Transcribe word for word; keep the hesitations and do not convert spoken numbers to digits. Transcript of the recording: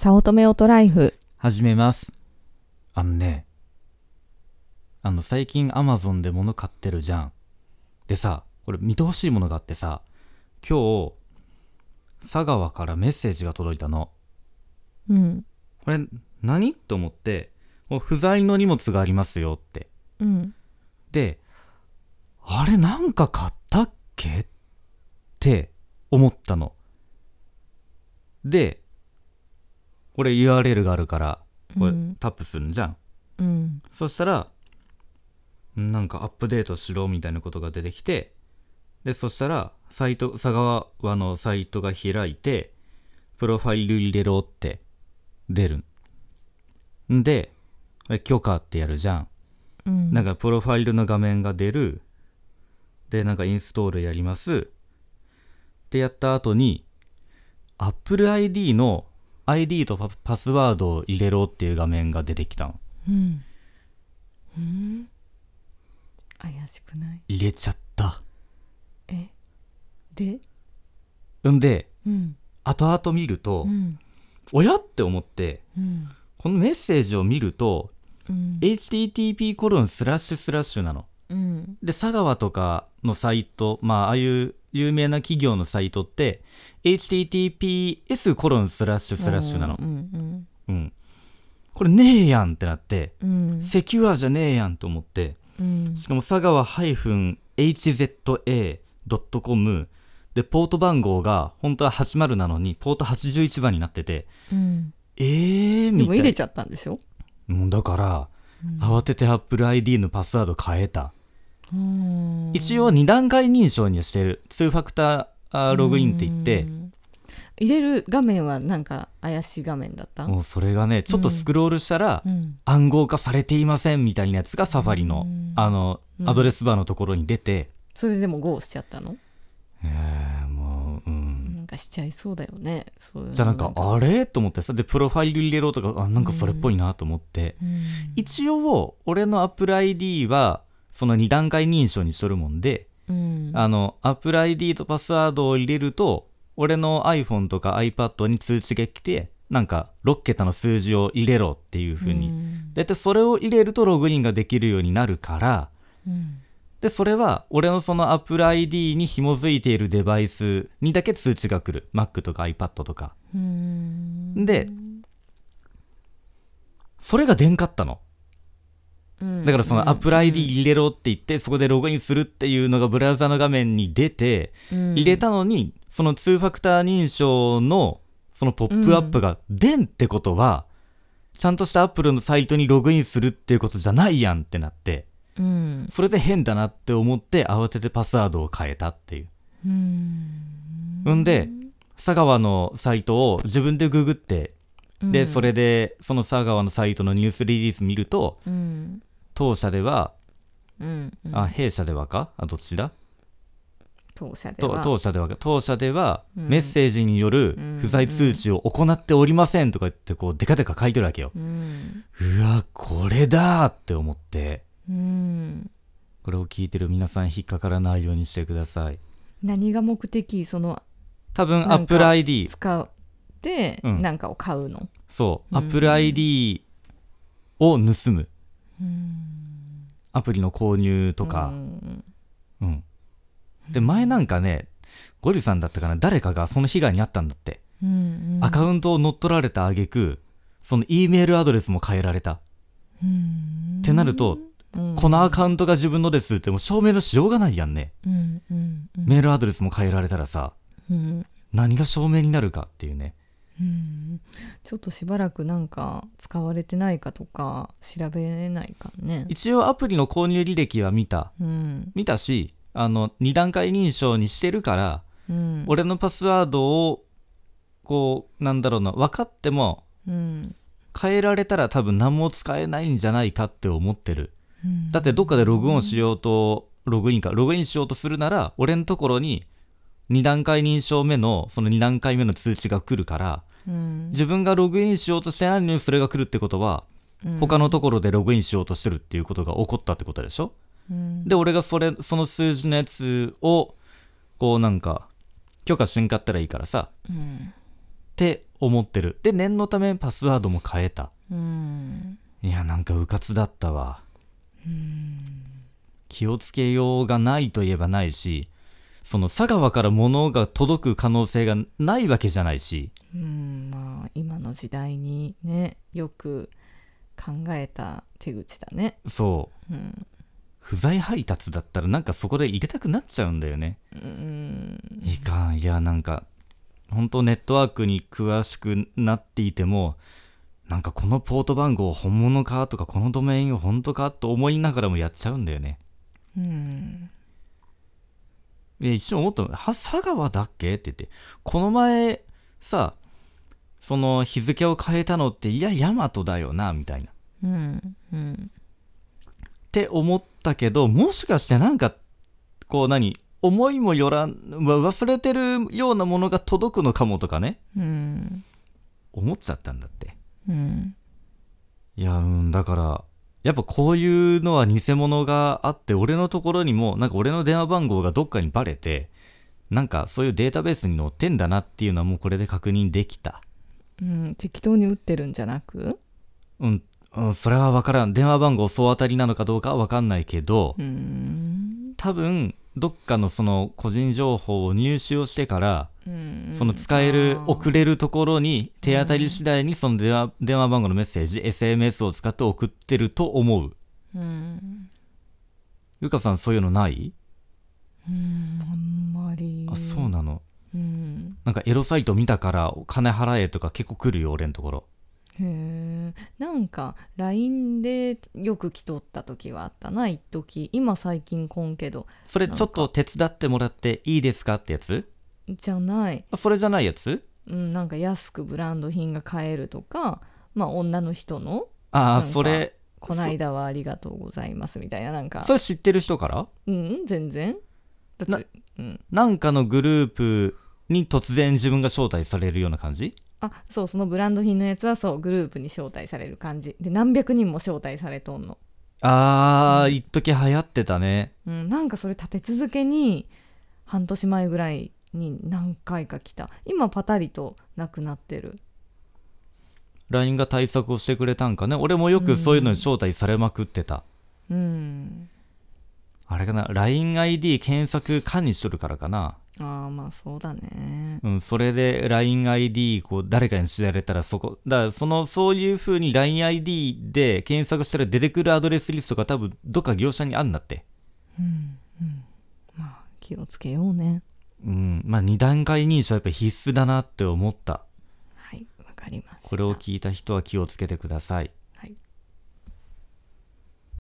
早乙女オトライフ始めます。あのね、あの最近 Amazon で物買ってるじゃん。でさ、これ見てほしいものがあってさ、今日佐川からメッセージが届いたの。 うん。 これ何と思って、もう不在の荷物がありますよって。 うん。 で、あれなんか買ったっけって思ったの。で、これ ユーアールエル があるからこれタップするんじゃん、 うん、 そしたらなんかアップデートしろみたいなことが出てきて、でそしたらサイト佐川のサイトが開いてプロファイル入れろって出るんで、許可ってやるじゃん、 うん、 なんかプロファイルの画面が出る。でなんかインストールやりますってやった後に Apple アイディー の アイディー と パ, パスワードを入れろっていう画面が出てきたの。 うん、うん、怪しくない？ 入れちゃった。 えでんで、 うん、 後々見ると、 うん、 おやって思って、 うん、 このメッセージを見ると、 うん、 エイチティーティーピー コロンスラッシュスラッシュなの。 うん、 で佐川とかのサイト、まあああいう有名な企業のサイトって エイチティーティーピーエス コロンスラッシュスラッシュなの。 うんうんうん。これねえやんってなって、 うん、 セキュアじゃねえやんと思って、 うん、 しかも佐川 エイチゼットエードットコム でポート番号が本当ははちじゅうなのにポートはちじゅういちばんになってて、 うん、 えーみたいな。 でも入れちゃったんでしょ？ もうだから、うん、慌てて Apple アイディー のパスワード変えた。 うん、 一応に段階認証にしてる。にファクターログインって言って、 入れる画面はなんか怪しい画面だった？ もうそれがねちょっとスクロールしたら、うん、暗号化されていませんみたいなやつがサファリの、うん、あの、うん、アドレスバーのところに出て、 それでも ゴー しちゃったの？ えー、もう、うん、 なんかしちゃいそうだよね。そういうじゃあなんかあれと思ってさ、でプロファイル入れろとか、あなんかそれっぽいなと思って、うん、一応俺の Apple アイディー はそのに段階認証にしとるもんで、うん、あの Apple アイディー とパスワードを入れると俺の iPhone とか iPad に通知が来て、なんかろっけたの数字を入れろっていう風に、うん、だいたいそれを入れるとログインができるようになるから、うん、でそれは俺のその Apple アイディー に紐づいているデバイスにだけ通知が来る。 Mac とか iPad とか、うん、でそれが出んかったの。だからその Apple アイディー 入れろって言ってそこでログインするっていうのがブラウザの画面に出て入れたのに、そのにファクター認証のそのポップアップが出んってことは、ちゃんとした Apple のサイトにログインするっていうことじゃないやんってなって、それで変だなって思って慌ててパスワードを変えたっていう。うんで佐川のサイトを自分でググって、でそれでその佐川のサイトのニュースリリース見ると、当社では、うんうん、あ弊社ではかあどっちだ当社では当社ではか当社では、うん、メッセージによる不在通知を行っておりませんとか言ってこうデカデカ書いてるわけよ、うん、うわこれだって思って、うん、これを聞いてる皆さん引っかからないようにしてください。 何が目的？その多分 Apple アイディー使って何かを買うの、うん、 そう、うん、Apple アイディー を盗む、うん、アプリの購入とか、うんうん、で前なんかねゴリさんだったかな誰かがその被害に遭ったんだって、うんうん、アカウントを乗っ取られた挙句その E メールアドレスも変えられた、うん、ってなると、うん、このアカウントが自分のですってもう証明のしようがないやんね、うんうんうん、メールアドレスも変えられたらさ、うん、何が証明になるかっていうね、 うん、ちょっとしばらくなんか使われてないかとか調べないかね。 一応アプリの購入履歴は見た、うん、見たしあのに段階認証にしてるから、うん、俺のパスワードをこうなんだろうな分かっても、うん、変えられたら多分何も使えないんじゃないかって思ってる、うん、だってどっかでログオンしようとログインかログインしようとするなら俺のところにに段階認証目のそのに段階目の通知が来るから、うん、自分がログインしようとしてないのにそれが来るってことは、うん、他のところでログインしようとしてるっていうことが起こったってことでしょ、うん、で俺がそれその数字のやつをこうなんか許可しんかったらいいからさ、うん、 って思ってる。で念のためパスワードも変えた。 うんいやなんかうかつだったわ。 うん気をつけようがないといえばないし、その佐川から物が届く可能性がないわけじゃないし、 うんまあ今の時代にねよく考えた手口だね。 そう、 うん、 不在配達だったらなんかそこで入れたくなっちゃうんだよね。 うんいかん。いやなんか本当ネットワークに詳しくなっていても、なんかこのポート番号本物かとかこのドメイン本当かと思いながらもやっちゃうんだよね。 うんいや一瞬思ったの、は佐川だっけって言って、この前さその日付を変えたのっていや大和だよなみたいなうんうんって思ったけど、もしかしてなんかこう何思いもよらん忘れてるようなものが届くのかもとかね、 うん思っちゃったんだって。 うんいやうんだからやっぱこういうのは偽物があって、俺のところにもなんか俺の電話番号がどっかにバレて、なんかそういうデータベースに載ってんだなっていうのはもうこれで確認できた。 うん、適当に打ってるんじゃなく、 うん、うん、それは分からん。電話番号総当たりなのかどうかは分かんないけど、 うーん多分どっかのその個人情報を入手をしてから、 うんその使えるあー送れるところに手当たり次第にその電話、電話番号のメッセージ エスエムエス を使って送ってると思う。 うんゆかさんそういうのない？ うんあんまり。 あ、そうなの。 うんなんかエロサイト見たからお金払えとか結構来るよ俺のところ。 へえ。なんか ライン でよく来とった時はあったな一時。今最近来んけど。 それちょっと手伝ってもらっていいですかってやつ？ じゃない、 あ、それじゃないやつ？ うん、なんか安くブランド品が買えるとか、まあ女の人のああ、 なんかそれこないだはありがとうございますみたいな、なんかそれ知ってる人から？ うん全然だなって、うん、 なんかのグループに突然自分が招待されるような感じ？ あそうそのブランド品のやつはそうグループに招待される感じで、何百人も招待されとんの。 あー、 うん一時流行ってたね。 うん、なんかそれ立て続けに半年前ぐらいに何回か来た。今パタリとなくなってる。 ライン が対策をしてくれたんかね。俺もよくそういうのに招待されまくってた。 うんあれかな、 ラインアイディー 検索管理しとるからかな。 ああまあそうだね。 うん、それで ラインアイディー こう誰かに知られたらそこだから、そのそういう風に ラインアイディー で検索したら出てくるアドレスリストが多分どっか業者にあんだって。 うんうんまあ気をつけようね。 うん、まあに段階認証はやっぱ必須だなって思った。 はいわかりました。 これを聞いた人は気をつけてください。